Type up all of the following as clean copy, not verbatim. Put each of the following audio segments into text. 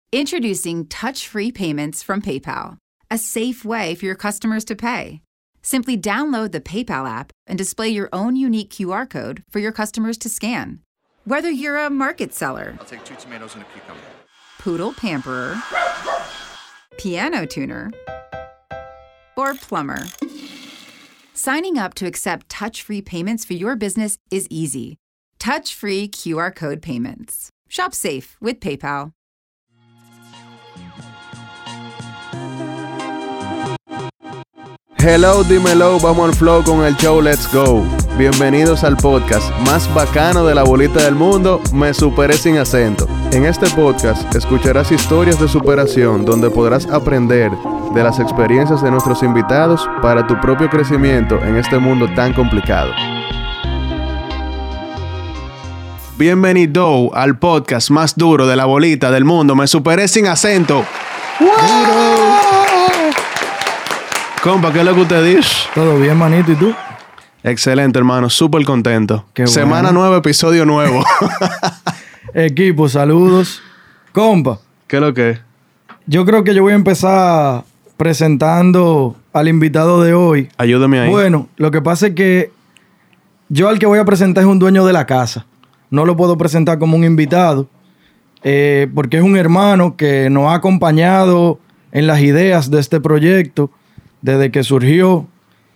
Introducing touch-free payments from PayPal, a safe way for your customers to pay. Simply download the PayPal app and display your own unique QR code for your customers to scan. Whether you're a market seller, I'll take 2 tomatoes and a cucumber. poodle pamperer, piano tuner, or plumber, signing up to accept touch-free payments for your business is easy. Touch-free QR code payments. Shop safe with PayPal. Hello, dímelo, vamos al flow con el show Let's Go. Bienvenidos al podcast más bacano de la bolita del mundo, Me Superé Sin Acento. En este podcast escucharás historias de superación donde podrás aprender de las experiencias de nuestros invitados para tu propio crecimiento en este mundo tan complicado. Bienvenido al podcast más duro de la bolita del mundo, Me Superé Sin Acento. ¡Wow! Compa, ¿qué es lo que usted dice? Todo bien, manito, ¿y tú? Excelente, hermano. Súper contento. Qué bueno. Semana nueva, episodio nuevo. Equipo, saludos. Compa. ¿Qué es lo que es? Yo creo que yo voy a empezar presentando al invitado de hoy. Ayúdame ahí. Bueno, lo que pasa es que yo al que voy a presentar es un dueño de la casa. No lo puedo presentar como un invitado, porque es un hermano que nos ha acompañado en las ideas de este proyecto desde que surgió.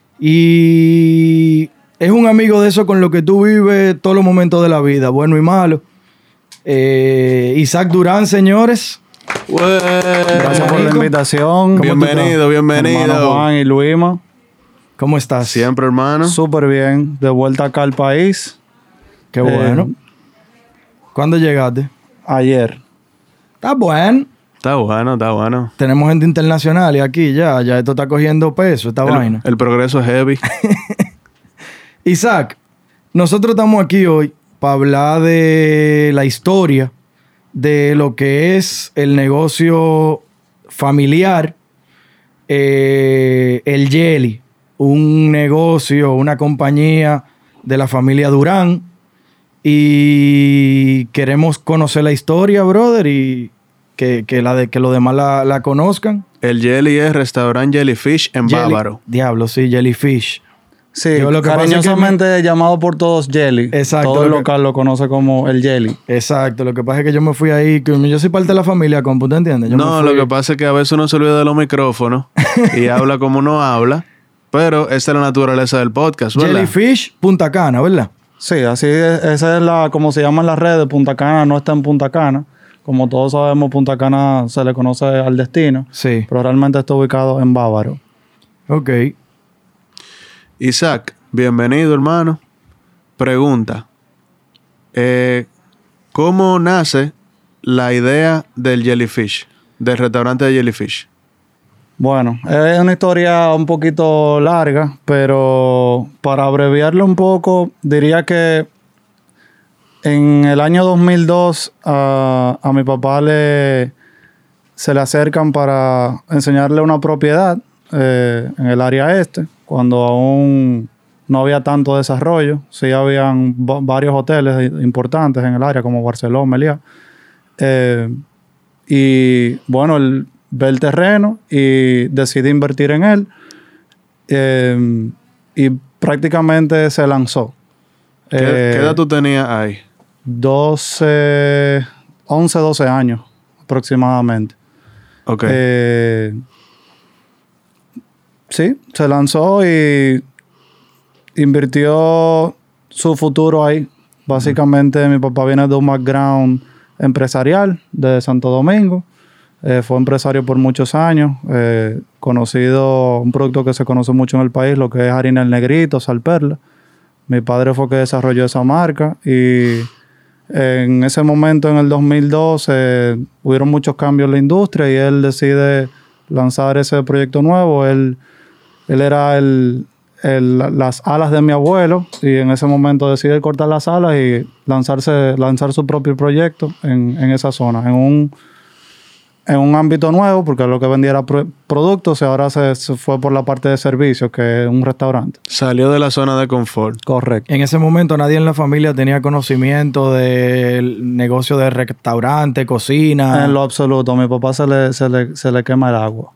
Y es un amigo de eso con lo que tú vives todos los momentos de la vida, bueno y malo. Isaac Durán, señores. Gracias por la invitación. Bienvenido. Hermano Juan y Luima. ¿Cómo estás? Siempre, hermano. Súper bien. De vuelta acá al país. Qué bueno. ¿Cuándo llegaste? Ayer. Está bueno. Está bueno. Tenemos gente internacional y aquí ya esto está cogiendo peso, esta vaina. El progreso es heavy. Isaac, nosotros estamos aquí hoy para hablar de la historia de lo que es el negocio familiar, el Jelly, un negocio, una compañía de la familia Durán, y queremos conocer la historia, brother, y que los demás la conozcan. El Jelly es restaurante Jellyfish en Bávaro. Diablo, sí, Jellyfish. Sí, Yo lo que cariñosamente llamado por todos Jelly. Exacto. Todo el local lo conoce como el Jelly. Exacto. Lo que pasa es que yo me fui ahí, que yo soy parte de la familia, compu, ¿te entiendes? No, lo que pasa es que a veces uno se olvida de los micrófonos y habla como uno habla, pero esa es la naturaleza del podcast, ¿verdad? Jellyfish Punta Cana, ¿verdad? Sí, así es. Esa es como se llama en las redes. Punta Cana no está en Punta Cana. Como todos sabemos, Punta Cana se le conoce al destino. Sí. Pero realmente está ubicado en Bávaro. Ok. Isaac, bienvenido, hermano. Pregunta. ¿Cómo nace la idea del Jellyfish? Del restaurante de Jellyfish. Bueno, es una historia un poquito larga, pero para abreviarlo un poco, diría que en el año 2002 a mi papá se le acercan para enseñarle una propiedad en el área este, cuando aún no había tanto desarrollo. Sí habían varios hoteles importantes en el área, como Barcelona, Meliá. Y bueno, él ve el terreno y decide invertir en él. Y prácticamente se lanzó. ¿Qué edad tú tenías ahí? 11, 12 años aproximadamente. Ok. Sí, se lanzó y invirtió su futuro ahí. Básicamente, mi papá viene de un background empresarial de Santo Domingo. Fue empresario por muchos años. Conocido, un producto que se conoce mucho en el país, lo que es harina El Negrito, Sal Perla. Mi padre fue que desarrolló esa marca y en ese momento, en el 2012, hubieron muchos cambios en la industria y él decide lanzar ese proyecto nuevo. Él era las alas de mi abuelo y en ese momento decide cortar las alas y lanzar su propio proyecto en esa zona, en en un ámbito nuevo, porque lo que vendía era productos, y ahora se fue por la parte de servicios, que es un restaurante. Salió de la zona de confort. Correcto. En ese momento nadie en la familia tenía conocimiento del negocio de restaurante, cocina. En lo absoluto. A mi papá se le quema el agua.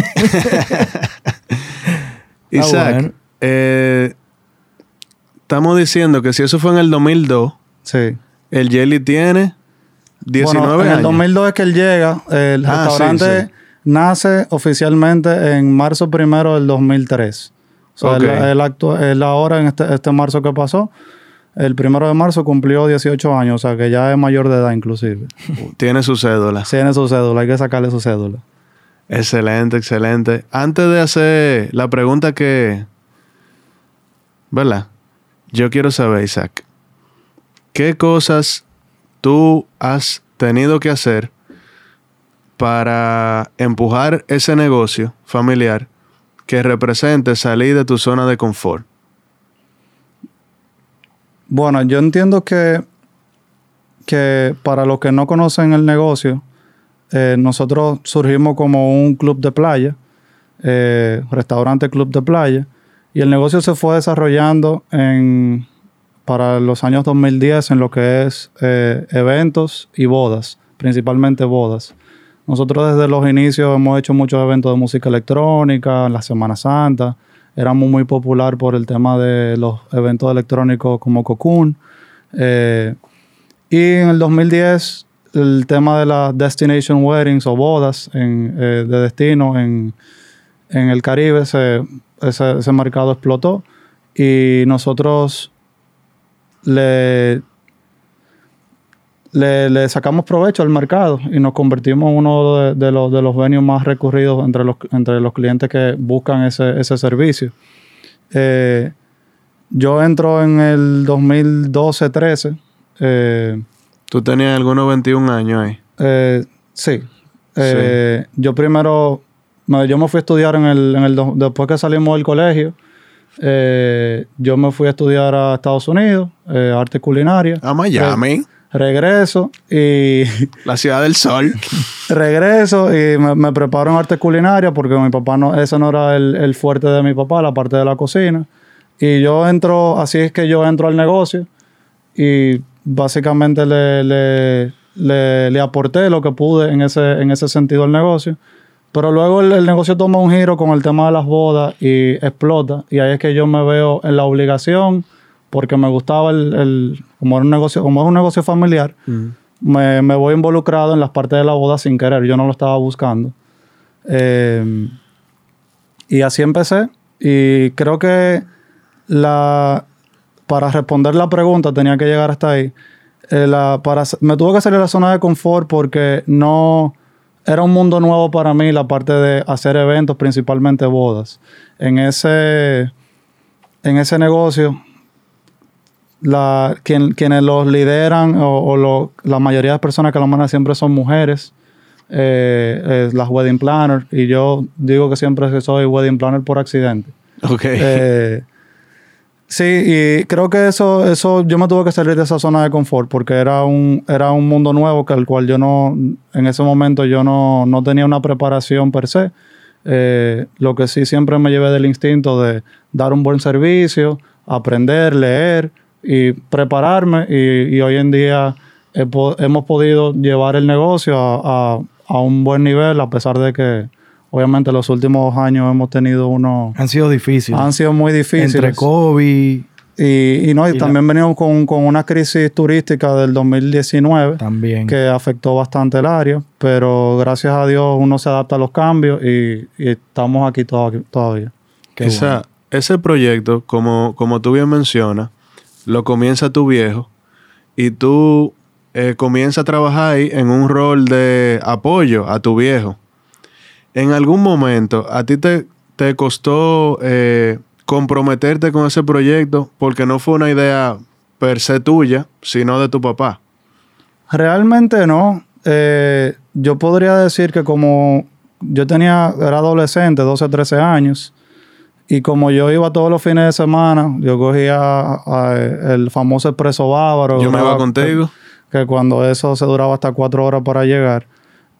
Isaac, bueno. Estamos diciendo que si eso fue en el 2002, Sí. el Jelly tiene 19 bueno, en años. el 2002 es que él llega. El restaurante sí. nace oficialmente en marzo 1 del 2003. O sea, Ok. él ahora, en este marzo que pasó, el 1 de marzo cumplió 18 años. O sea, que ya es mayor de edad inclusive. Tiene su cédula. Tiene su cédula. Hay que sacarle su cédula. Excelente, excelente. Antes de hacer la pregunta que... ¿Verdad? Yo quiero saber, Isaac, ¿qué cosas tú has tenido que hacer para empujar ese negocio familiar que represente salir de tu zona de confort? Bueno, yo entiendo que para los que no conocen el negocio, nosotros surgimos como un club de playa, restaurante club de playa, y el negocio se fue desarrollando para los años 2010 en lo que es eventos y bodas, principalmente bodas. Nosotros desde los inicios hemos hecho muchos eventos de música electrónica, en la Semana Santa. Éramos muy popular por el tema de los eventos electrónicos como Cocoon. Y en el 2010, el tema de las destination weddings o bodas de destino en el Caribe, ese mercado explotó. Y nosotros le sacamos provecho al mercado y nos convertimos en uno de los venues más recurridos entre los clientes que buscan ese servicio. Yo entro en el 2012-13. ¿Tú tenías algunos 21 años ahí? Sí. Sí. Yo primero... yo me fui a estudiar después que salimos del colegio. Yo me fui a estudiar a Estados Unidos, arte culinaria. A Miami. Regreso y... La ciudad del sol. Regreso y me preparo en arte culinaria porque mi papá ese no era el fuerte de mi papá, la parte de la cocina. Y así es que yo entro al negocio y básicamente le aporté lo que pude en ese sentido al negocio. Pero luego el negocio toma un giro con el tema de las bodas y explota. Y ahí es que yo me veo en la obligación, porque me gustaba como es un negocio familiar, me voy involucrado en las partes de la boda sin querer. Yo no lo estaba buscando. Y así empecé. Y creo que para responder la pregunta tenía que llegar hasta ahí. Me tuve que salir de la zona de confort porque no... Era un mundo nuevo para mí la parte de hacer eventos, principalmente bodas. En ese negocio, quienes los lideran la mayoría de las personas que lo manejan siempre son mujeres, las wedding planners, y yo digo que siempre soy wedding planner por accidente. Ok. Sí, y creo que eso yo me tuve que salir de esa zona de confort porque era un mundo nuevo al cual en ese momento yo no tenía una preparación per se. Lo que sí siempre me llevé del instinto de dar un buen servicio, aprender, leer y prepararme. Y hoy en día hemos podido llevar el negocio a un buen nivel, a pesar de que obviamente los últimos 2 años hemos tenido Han sido difíciles. Han sido muy difíciles. Entre COVID... Y también venimos con una crisis turística del 2019 también, que afectó bastante el área, pero gracias a Dios uno se adapta a los cambios y estamos aquí todavía. Ese proyecto, como tú bien mencionas, lo comienza tu viejo y tú comienzas a trabajar ahí en un rol de apoyo a tu viejo. ¿En algún momento a ti te costó comprometerte con ese proyecto porque no fue una idea per se tuya, sino de tu papá? Realmente no. Yo podría decir que como yo era adolescente, 12, 13 años, y como yo iba todos los fines de semana, yo cogía el famoso Expreso Bávaro. Yo me iba contigo. Que cuando eso se duraba hasta 4 horas para llegar.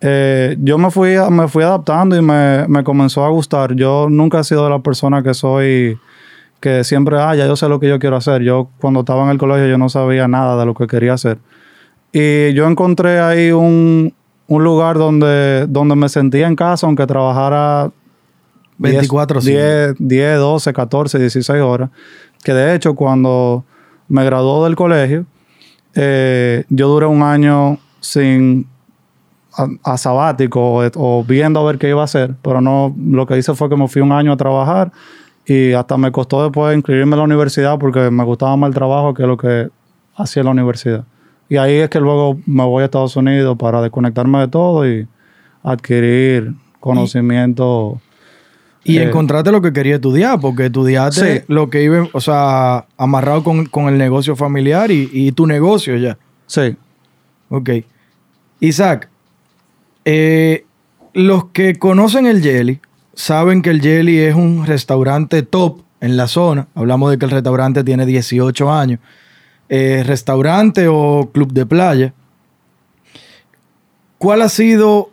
Yo me fui adaptando y me comenzó a gustar. Yo nunca he sido de la persona que soy, que siempre, ya yo sé lo que yo quiero hacer. Yo cuando estaba en el colegio yo no sabía nada de lo que quería hacer. Y yo encontré ahí un lugar donde me sentía en casa, aunque trabajara 24/7. 10, 12, 14, 16 horas. Que de hecho cuando me graduó del colegio, yo duré un año sin... a sabático o viendo a ver qué iba a hacer, pero no, lo que hice fue que me fui un año a trabajar y hasta me costó después inscribirme en la universidad porque me gustaba más el trabajo que lo que hacía en la universidad. Y ahí es que luego me voy a Estados Unidos para desconectarme de todo y adquirir conocimiento. Y encontraste lo que quería estudiar, porque estudiaste Sí. lo que iba, o sea, amarrado con el negocio familiar y tu negocio ya. Sí. Ok. Isaac, los que conocen el Jelly saben que el Jelly es un restaurante top en la zona. Hablamos de que el restaurante tiene 18 años. Restaurante o club de playa. ¿Cuál ha sido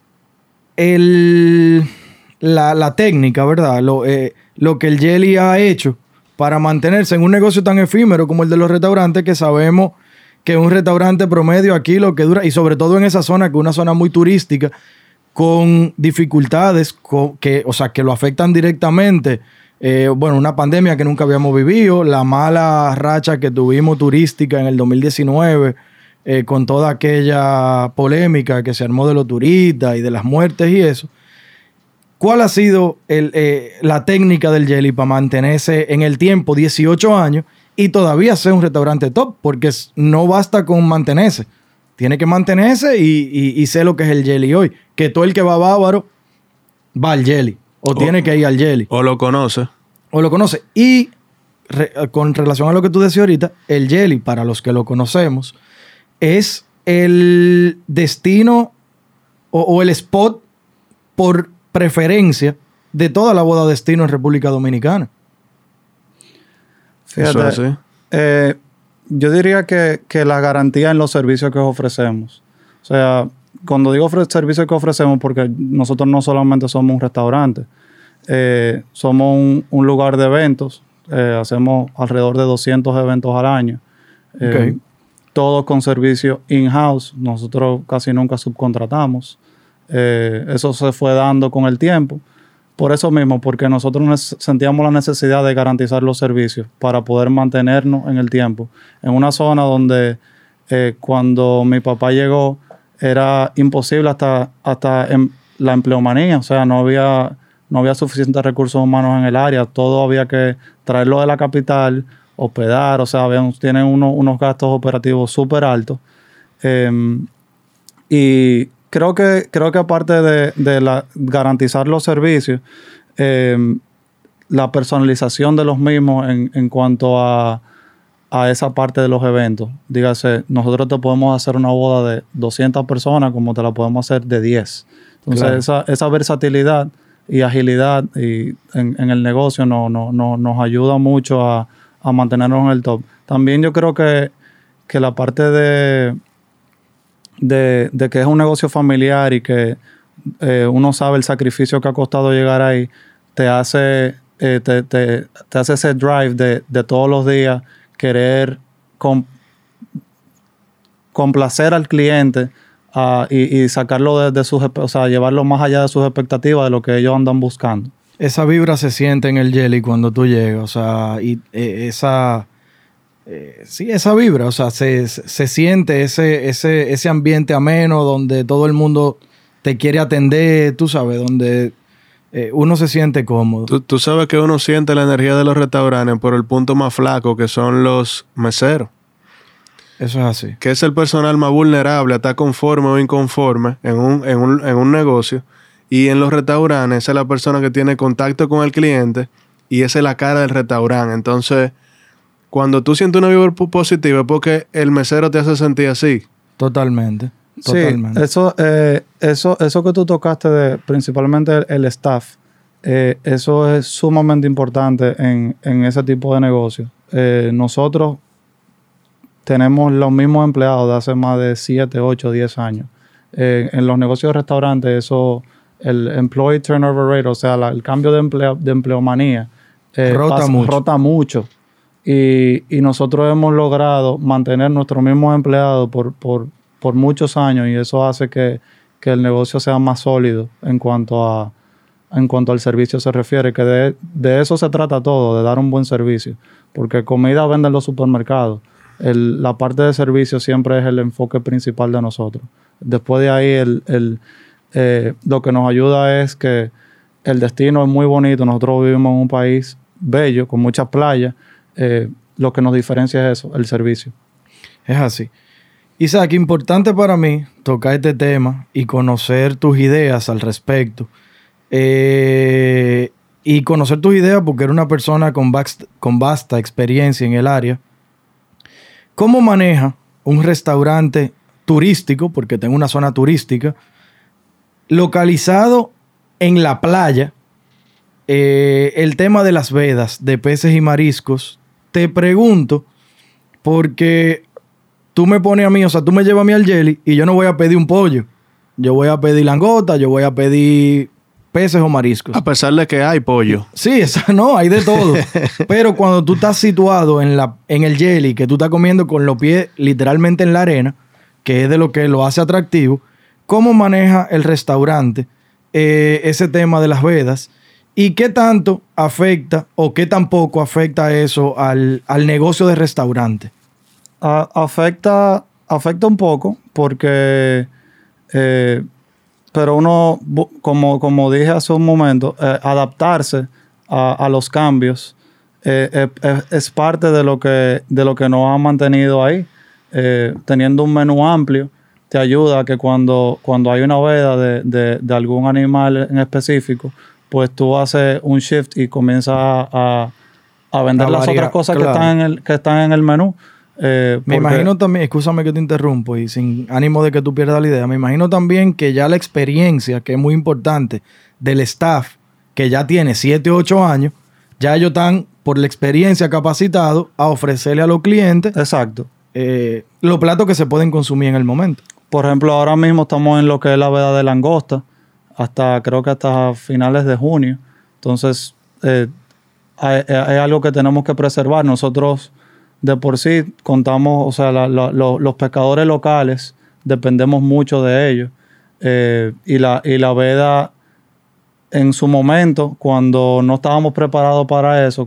la técnica, verdad? Lo que el Jelly ha hecho para mantenerse en un negocio tan efímero como el de los restaurantes, que sabemos que un restaurante promedio aquí lo que dura, y sobre todo en esa zona, que es una zona muy turística, con dificultades que lo afectan directamente. Una pandemia que nunca habíamos vivido, la mala racha que tuvimos turística en el 2019, con toda aquella polémica que se armó de los turistas y de las muertes y eso. ¿Cuál ha sido la técnica del Jelly para mantenerse en el tiempo 18 años y todavía ser un restaurante top? Porque no basta con mantenerse. Tiene que mantenerse y sé lo que es el Jelly hoy. Que todo el que va a Bávaro va al Jelly. O tiene que ir al Jelly. O lo conoce. O lo conoce. Y con relación a lo que tú decías ahorita, el Jelly, para los que lo conocemos, es el destino o el spot por preferencia de toda la boda destino en República Dominicana. Fíjate, Eso es así. yo diría que la garantía en los servicios que ofrecemos. O sea, cuando digo servicios que ofrecemos, porque nosotros no solamente somos un restaurante, somos un lugar de eventos. Hacemos alrededor de 200 eventos al año. Okay. Todos con servicio in-house. Nosotros casi nunca subcontratamos. Eso se fue dando con el tiempo. Por eso mismo, porque nosotros sentíamos la necesidad de garantizar los servicios para poder mantenernos en el tiempo. En una zona donde cuando mi papá llegó era imposible hasta la empleomanía. O sea, no había suficientes recursos humanos en el área. Todo había que traerlo de la capital, hospedar. O sea, tienen unos gastos operativos súper altos. Y creo que aparte de garantizar los servicios, la personalización de los mismos en cuanto a esa parte de los eventos. Dígase, nosotros te podemos hacer una boda de 200 personas como te la podemos hacer de 10. Entonces, claro, esa versatilidad y agilidad en el negocio nos ayuda mucho a mantenernos en el top. También yo creo que la parte de que es un negocio familiar y que uno sabe el sacrificio que ha costado llegar ahí, te hace ese drive de todos los días querer complacer al cliente y sacarlo de sus, o sea, llevarlo más allá de sus expectativas, de lo que ellos andan buscando. Esa vibra se siente en el Jelly cuando tú llegas, o sea, y esa vibra, o sea, se siente ese ambiente ameno donde todo el mundo te quiere atender, tú sabes, donde uno se siente cómodo. Tú sabes que uno siente la energía de los restaurantes por el punto más flaco, que son los meseros. Eso es así. Que es el personal más vulnerable, está conforme o inconforme en un negocio. Y en los restaurantes, esa es la persona que tiene contacto con el cliente y esa es la cara del restaurante. Entonces, cuando tú sientes una vibra positiva es porque el mesero te hace sentir así. Totalmente. Sí, eso que tú tocaste principalmente el staff, eso es sumamente importante en ese tipo de negocio. Nosotros tenemos los mismos empleados de hace más de 7, 8, 10 años. En los negocios de restaurantes, eso, el employee turnover rate, o sea, el cambio de empleomanía, rota mucho. Y nosotros hemos logrado mantener nuestros mismos empleados por muchos años, y eso hace que el negocio sea más sólido en cuanto al servicio se refiere, que de eso se trata todo, de dar un buen servicio, porque comida venden los supermercados. La parte de servicio siempre es el enfoque principal de nosotros. Después de ahí, lo que nos ayuda es que el destino es muy bonito. Nosotros vivimos en un país bello, con muchas playas. Lo que nos diferencia es eso, el servicio. Es así. Isaac, importante para mí tocar este tema y conocer tus ideas al respecto. Y conocer tus ideas porque eres una persona con vasta experiencia en el área. ¿Cómo maneja un restaurante turístico, porque tengo una zona turística, localizado en la playa, el tema de las vedas de peces y mariscos? Te pregunto porque tú me pones a mí, o sea, tú me llevas a mí al Jelly y yo no voy a pedir un pollo. Yo voy a pedir langota, yo voy a pedir peces o mariscos. A pesar de que hay pollo. Sí, no, hay de todo. Pero cuando tú estás situado en el Jelly, que tú estás comiendo con los pies literalmente en la arena, que es de lo que lo hace atractivo, ¿cómo maneja el restaurante ese tema de las vedas? ¿Y qué tanto afecta o qué tan poco afecta eso al negocio de restaurante? Afecta un poco porque... pero uno, como dije hace un momento, adaptarse a los cambios es parte de lo que nos ha mantenido ahí. Teniendo un menú amplio, te ayuda a que cuando hay una veda de algún animal en específico, pues tú haces un shift y comienzas a vender las otras cosas, claro, que están en el menú. Me imagino también, escúchame que te interrumpo y sin ánimo de que tú pierdas la idea, me imagino también que ya la experiencia, que es muy importante, del staff, que ya tiene 7 o 8 años, ya ellos están por la experiencia capacitados a ofrecerle a los clientes, exacto, los platos que se pueden consumir en el momento. Por ejemplo, ahora mismo estamos en lo que es la veda de langosta, creo que hasta finales de junio. Entonces, hay algo que tenemos que preservar. Nosotros de por sí contamos, o sea, los pescadores locales dependemos mucho de ellos. Y la veda en su momento, cuando no estábamos preparados para eso,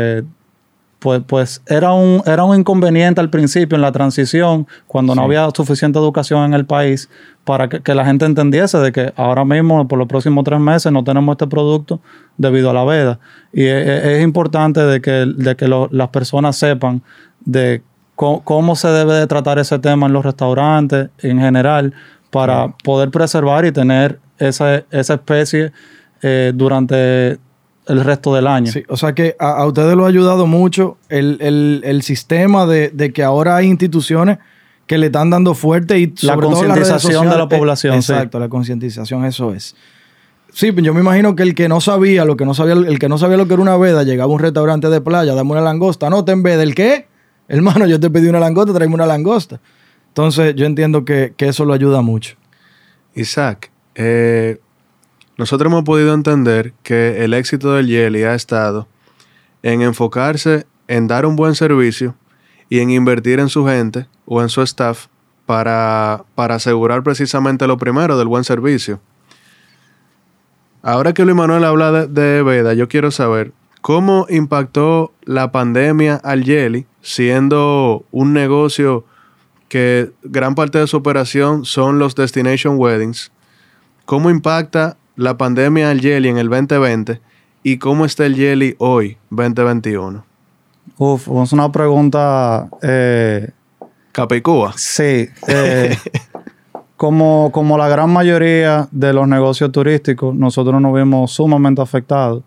pues era un inconveniente al principio en la transición, cuando no había suficiente educación en el país para que la gente entendiese de que ahora mismo, por los próximos 3 meses, no tenemos este producto debido a la veda. Y es importante de que las personas sepan de cómo se debe de tratar ese tema en los restaurantes en general para poder preservar y tener esa especie durante el resto del año. Sí, o sea que a ustedes lo ha ayudado mucho el sistema de que ahora hay instituciones que le están dando fuerte y sobre la concientización de la población. Exacto, la concientización, eso es. Sí, yo me imagino que el que no sabía lo que era una veda, llegaba a un restaurante de playa, dame una langosta, no te en vez del qué, hermano, yo te pedí una langosta, tráeme una langosta. Entonces yo entiendo que eso lo ayuda mucho. Isaac, nosotros hemos podido entender que el éxito del Jelly ha estado en enfocarse en dar un buen servicio y en invertir en su gente o en su staff para asegurar precisamente lo primero del buen servicio. Ahora que Luis Manuel habla de veda, yo quiero saber cómo impactó la pandemia al Jelly, siendo un negocio que gran parte de su operación son los destination weddings. ¿Cómo impacta la pandemia al Jelly en el 2020 y cómo está el Jelly hoy, 2021? Es una pregunta... Capicúa. Sí. Como la gran mayoría de los negocios turísticos, nosotros nos vimos sumamente afectados.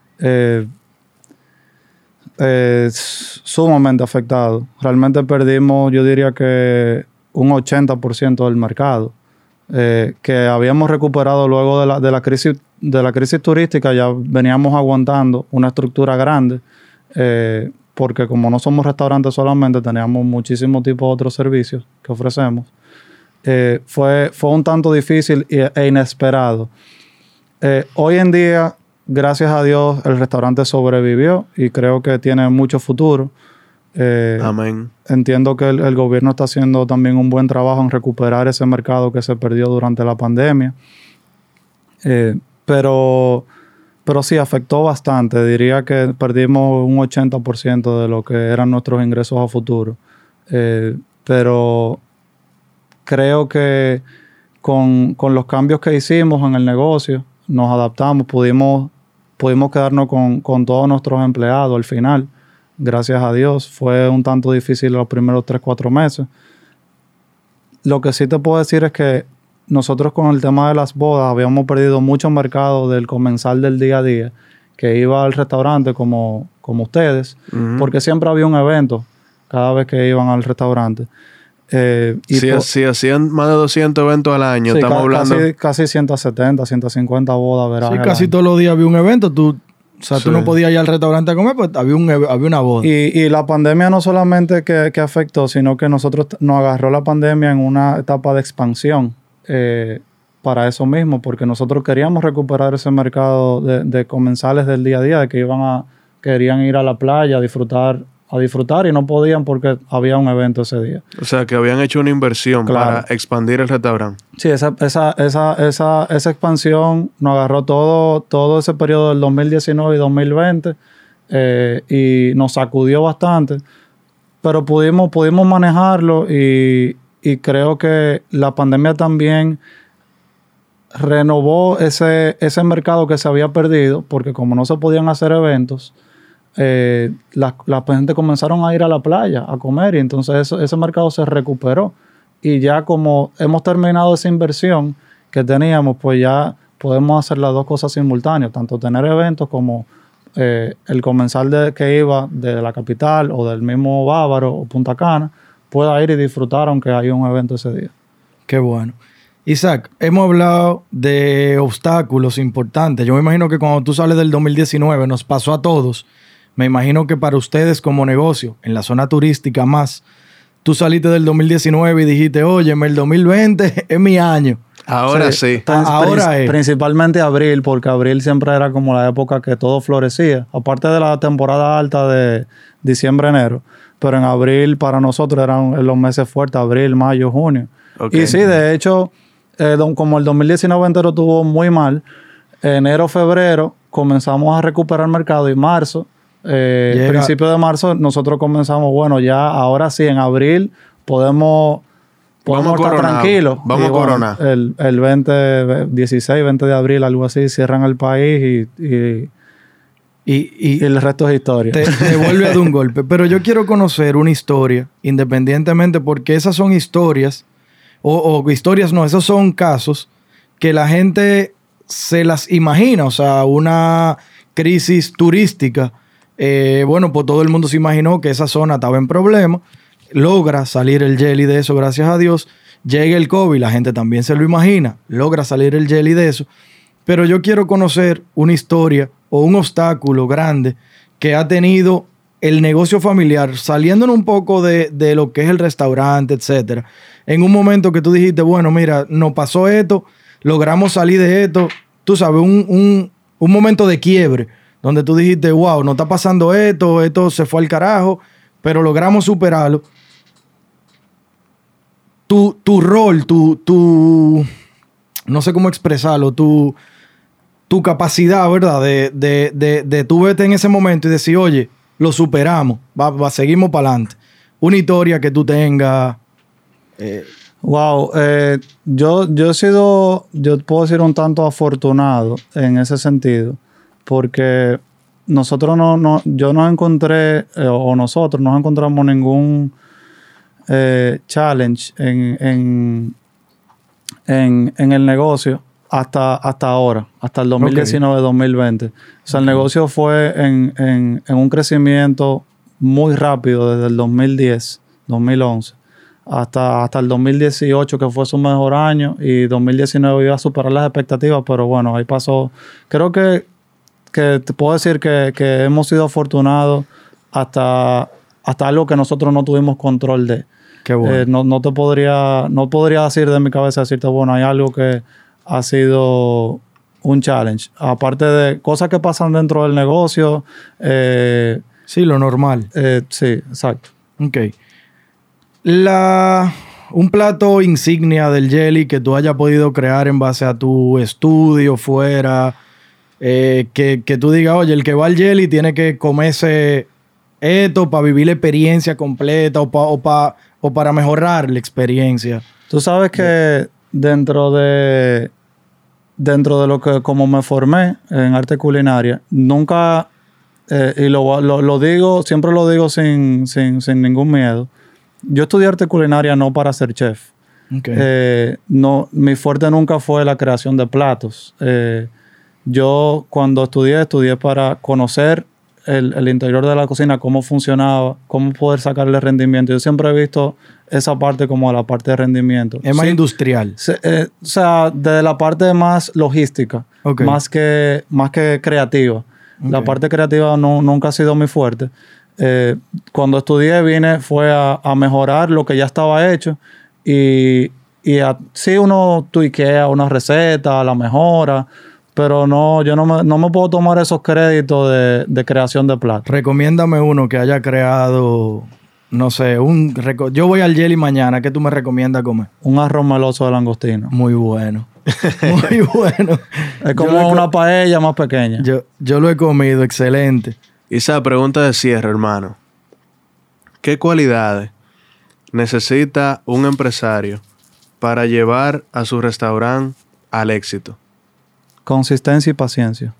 Sumamente afectados. Realmente perdimos, yo diría que un 80% del mercado. Que habíamos recuperado luego de la crisis turística. Ya veníamos aguantando una estructura grande, porque como no somos restaurantes solamente, teníamos muchísimos tipos de otros servicios que ofrecemos. fue un tanto difícil e inesperado. Hoy en día, gracias a Dios, el restaurante sobrevivió y creo que tiene mucho futuro. Amén. Entiendo que el gobierno está haciendo también un buen trabajo en recuperar ese mercado que se perdió durante la pandemia. Pero sí, afectó bastante. Diría que perdimos un 80% de lo que eran nuestros ingresos a futuro. Pero creo que con los cambios que hicimos en el negocio, nos adaptamos, pudimos quedarnos con todos nuestros empleados al final. Gracias a Dios. Fue un tanto difícil los primeros 3-4 meses. Lo que sí te puedo decir es que nosotros con el tema de las bodas habíamos perdido mucho mercado del comensal del día a día que iba al restaurante como ustedes, porque siempre había un evento cada vez que iban al restaurante. Si hacían más de 200 eventos al año, sí, estamos hablando... Casi 170, 150 bodas verás. Sí, casi todos los días había un evento. Tú no podías ir al restaurante a comer, pues había una boda. Y la pandemia no solamente que afectó, sino que nos agarró la pandemia en una etapa de expansión para eso mismo, porque nosotros queríamos recuperar ese mercado de comensales del día a día, de que querían ir a la playa a disfrutar y no podían porque había un evento ese día. O sea, que habían hecho una inversión para expandir el restaurante. Sí, esa expansión nos agarró todo ese periodo del 2019 y 2020 y nos sacudió bastante, pero pudimos manejarlo y creo que la pandemia también renovó ese mercado que se había perdido, porque como no se podían hacer eventos, la gente comenzaron a ir a la playa a comer y entonces ese mercado se recuperó y ya como hemos terminado esa inversión que teníamos, pues ya podemos hacer las dos cosas simultáneas, tanto tener eventos como el comensal que iba de la capital o del mismo Bávaro o Punta Cana pueda ir y disfrutar aunque haya un evento ese día. Qué bueno. Isaac, hemos hablado de obstáculos importantes. Yo me imagino que cuando tú sales del 2019 nos pasó a todos. Me imagino que para ustedes como negocio, en la zona turística más, tú saliste del 2019 y dijiste, óyeme, el 2020 es mi año. Ahora sí. Ahora es. Principalmente abril, porque abril siempre era como la época que todo florecía. Aparte de la temporada alta de diciembre, enero. Pero en abril para nosotros eran los meses fuertes, abril, mayo, junio. Okay. Y sí, de hecho, como el 2019 entero estuvo muy mal, enero, febrero comenzamos a recuperar el mercado y marzo, principio de marzo, nosotros comenzamos, bueno, ya ahora sí, en abril podemos estar tranquilos. Vamos a coronar. El 16, 20 de abril, algo así, cierran el país y el resto es historia. Te vuelve a dar un golpe. Pero yo quiero conocer una historia, independientemente, porque esas son historias, o historias no, esos son casos que la gente se las imagina. O sea, una crisis turística. Bueno, pues todo el mundo se imaginó que esa zona estaba en problemas. Logra salir el jelly de eso, gracias a Dios. Llega el COVID, la gente también se lo imagina. Logra salir el jelly de eso. Pero yo quiero conocer una historia o un obstáculo grande que ha tenido el negocio familiar, saliéndonos un poco de lo que es el restaurante, etcétera. En un momento que tú dijiste, bueno, mira, nos pasó esto, logramos salir de esto. Tú sabes, un momento de quiebre, donde tú dijiste, wow, no está pasando esto se fue al carajo, pero logramos superarlo. Tu rol, no sé cómo expresarlo, tu capacidad, ¿verdad? De tú verte en ese momento y decir, oye, lo superamos, seguimos para adelante. Una historia que tú tengas. Yo puedo decir un tanto afortunado en ese sentido, porque nosotros yo no encontré, o nosotros no encontramos ningún challenge en el negocio hasta ahora, hasta el 2019-2020. O sea, el negocio fue en un crecimiento muy rápido desde el 2010, 2011, hasta el 2018, que fue su mejor año, y 2019 iba a superar las expectativas, pero bueno, ahí pasó. Creo que te puedo decir que hemos sido afortunados hasta algo que nosotros no tuvimos control de. Qué bueno. No podría decir de mi cabeza, decirte, bueno, hay algo que ha sido un challenge. Aparte de cosas que pasan dentro del negocio. Sí, lo normal. Sí, exacto. Ok. Un plato insignia del Jelly que tú hayas podido crear en base a tu estudio fuera, que tú digas, oye, el que va al Jelly tiene que comerse esto para vivir la experiencia completa o para mejorar la experiencia. Tú sabes que dentro de lo que como me formé en arte culinaria, nunca, y lo digo, siempre lo digo sin ningún miedo, yo estudié arte culinaria no para ser chef. Okay. No, mi fuerte nunca fue la creación de platos. Yo cuando estudié para conocer el interior de la cocina, cómo funcionaba, cómo poder sacarle rendimiento. Yo siempre he visto esa parte como la parte de rendimiento. Es más industrial. O sea, desde la parte más logística, okay, más que creativa. Okay. La parte creativa nunca ha sido muy fuerte. Cuando estudié fue a mejorar lo que ya estaba hecho y sí uno tuiquea una receta, la mejora, pero yo no me puedo tomar esos créditos de creación de platos. Recomiéndame uno que haya creado, no sé, yo voy al Jelly mañana, ¿qué tú me recomiendas comer? Un arroz meloso de langostino. Muy bueno. Muy bueno. Es como una paella más pequeña. Yo lo he comido, excelente. Y esa pregunta de cierre, hermano. ¿Qué cualidades necesita un empresario para llevar a su restaurante al éxito? Consistencia y paciencia.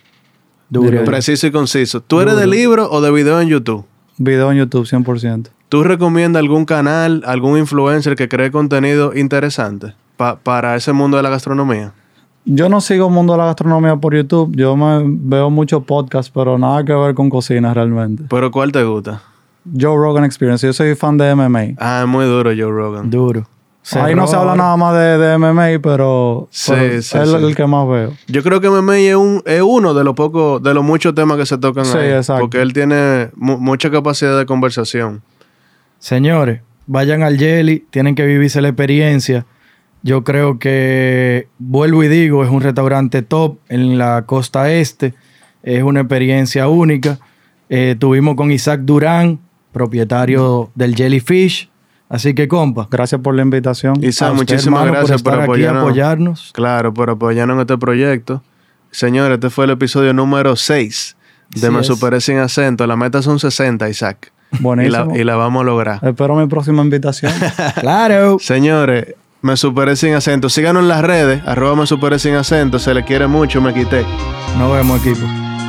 Duro. Preciso y conciso. ¿Tú eres de libro o de video en YouTube? Video en YouTube, 100%. ¿Tú recomiendas algún canal, algún influencer que cree contenido interesante para ese mundo de la gastronomía? Yo no sigo el mundo de la gastronomía por YouTube. Yo veo muchos podcasts, pero nada que ver con cocina realmente. ¿Pero cuál te gusta? Joe Rogan Experience. Yo soy fan de MMA. Ah, es muy duro Joe Rogan. Duro. Ahí no se habla nada más de MMA, pero es el que más veo. Yo creo que MMA es uno de los muchos temas que se tocan ahí. Exacto. Porque él tiene mucha capacidad de conversación. Señores, vayan al Jelly, tienen que vivirse la experiencia. Yo creo que, vuelvo y digo, es un restaurante top en la costa este. Es una experiencia única. Tuvimos con Isaac Durán, propietario del Jellyfish. Así que, compa. Gracias por la invitación. Isaac, muchísimas gracias por apoyarnos. Claro, por apoyarnos en este proyecto. Señores, este fue el episodio número 6 de Me Superé Sin Acento. La meta son 60, Isaac. Buenísimo. Y la vamos a lograr. Espero mi próxima invitación. Claro. Señores, Me Superé Sin Acento. Síganos en las redes. @Me Superé Sin Acento. Se le quiere mucho. Me quité. Nos vemos, equipo.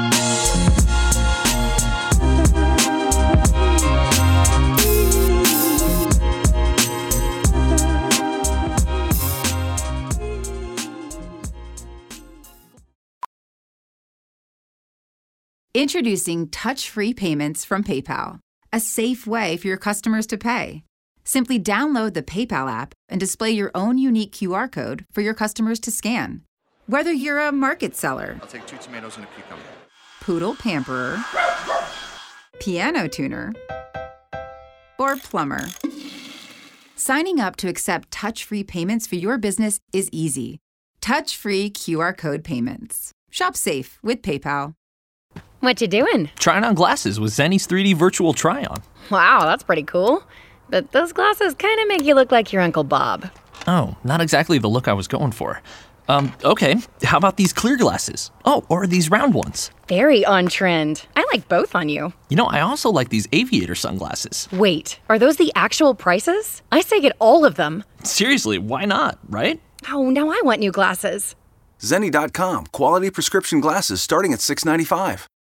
Introducing touch-free payments from PayPal, a safe way for your customers to pay. Simply download the PayPal app and display your own unique QR code for your customers to scan. Whether you're a market seller, I'll take 2 tomatoes and a cucumber. poodle pamperer, piano tuner, or plumber, signing up to accept touch-free payments for your business is easy. Touch-free QR code payments. Shop safe with PayPal. What you doing? Trying on glasses with Zenny's 3D virtual try-on. Wow, that's pretty cool. But those glasses kind of make you look like your Uncle Bob. Oh, not exactly the look I was going for. Okay, how about these clear glasses? Oh, or these round ones. Very on trend. I like both on you. You know, I also like these aviator sunglasses. Wait, are those the actual prices? I say get all of them. Seriously, why not, right? Oh, now I want new glasses. Zenni.com. Quality prescription glasses starting at $6.95.